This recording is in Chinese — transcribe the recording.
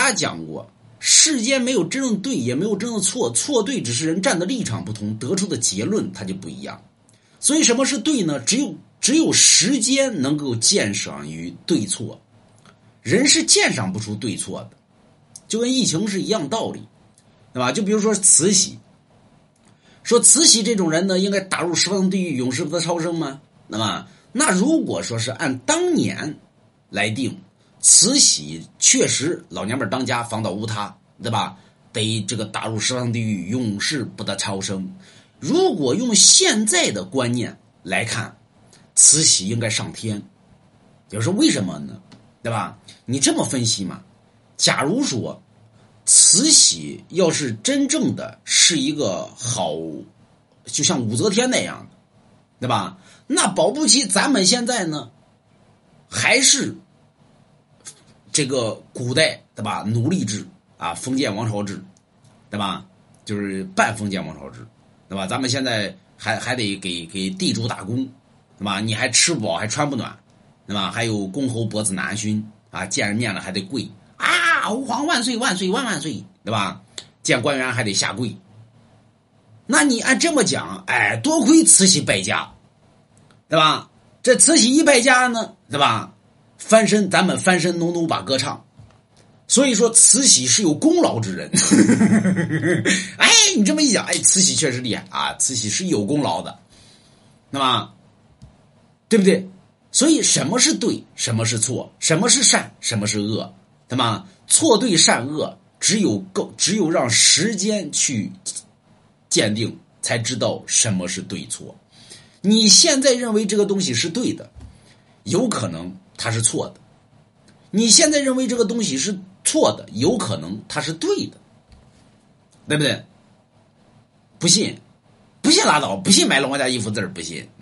家讲过，世间没有真正对，也没有真正错，错对只是人站的立场不同，得出的结论它就不一样。所以什么是对呢？只有时间能够鉴赏于对错，人是鉴赏不出对错的，就跟疫情是一样道理，对吧？就比如说慈禧，说慈禧这种人呢，应该打入十方地狱，永世不得超生吗？那如果说是按当年来定，慈禧确实老娘们当家，防盗无他，对吧？得这个打入十方地狱，永世不得超生。如果用现在的观念来看，慈禧应该上天。就是说为什么呢？对吧？你这么分析嘛，假如说慈禧要是真正的是一个好，就像武则天那样的，对吧？那保不齐咱们现在呢还是这个古代，对吧？奴隶制啊，封建王朝制，对吧？就是半封建王朝制，对吧？咱们现在还得给地主打工，对吧？你还吃不饱，还穿不暖，对吧？还有公侯伯子男勋啊，见人面了还得跪啊，吾皇万岁万岁万万岁，对吧？见官员还得下跪。那你按这么讲，哎，多亏慈禧败家，对吧？这慈禧一败家呢，对吧？咱们翻身农奴把歌唱。所以说慈禧是有功劳之人。哎，你这么一讲，哎，慈禧确实厉害啊，慈禧是有功劳的，那么对不对？所以什么是对，什么是错，什么是善，什么是恶，对吗？错对善恶只有让时间去鉴定，才知道什么是对错。你现在认为这个东西是对的，有可能它是错的；你现在认为这个东西是错的，有可能它是对的，对不对？不信拉倒，不信买了王家一幅字不信。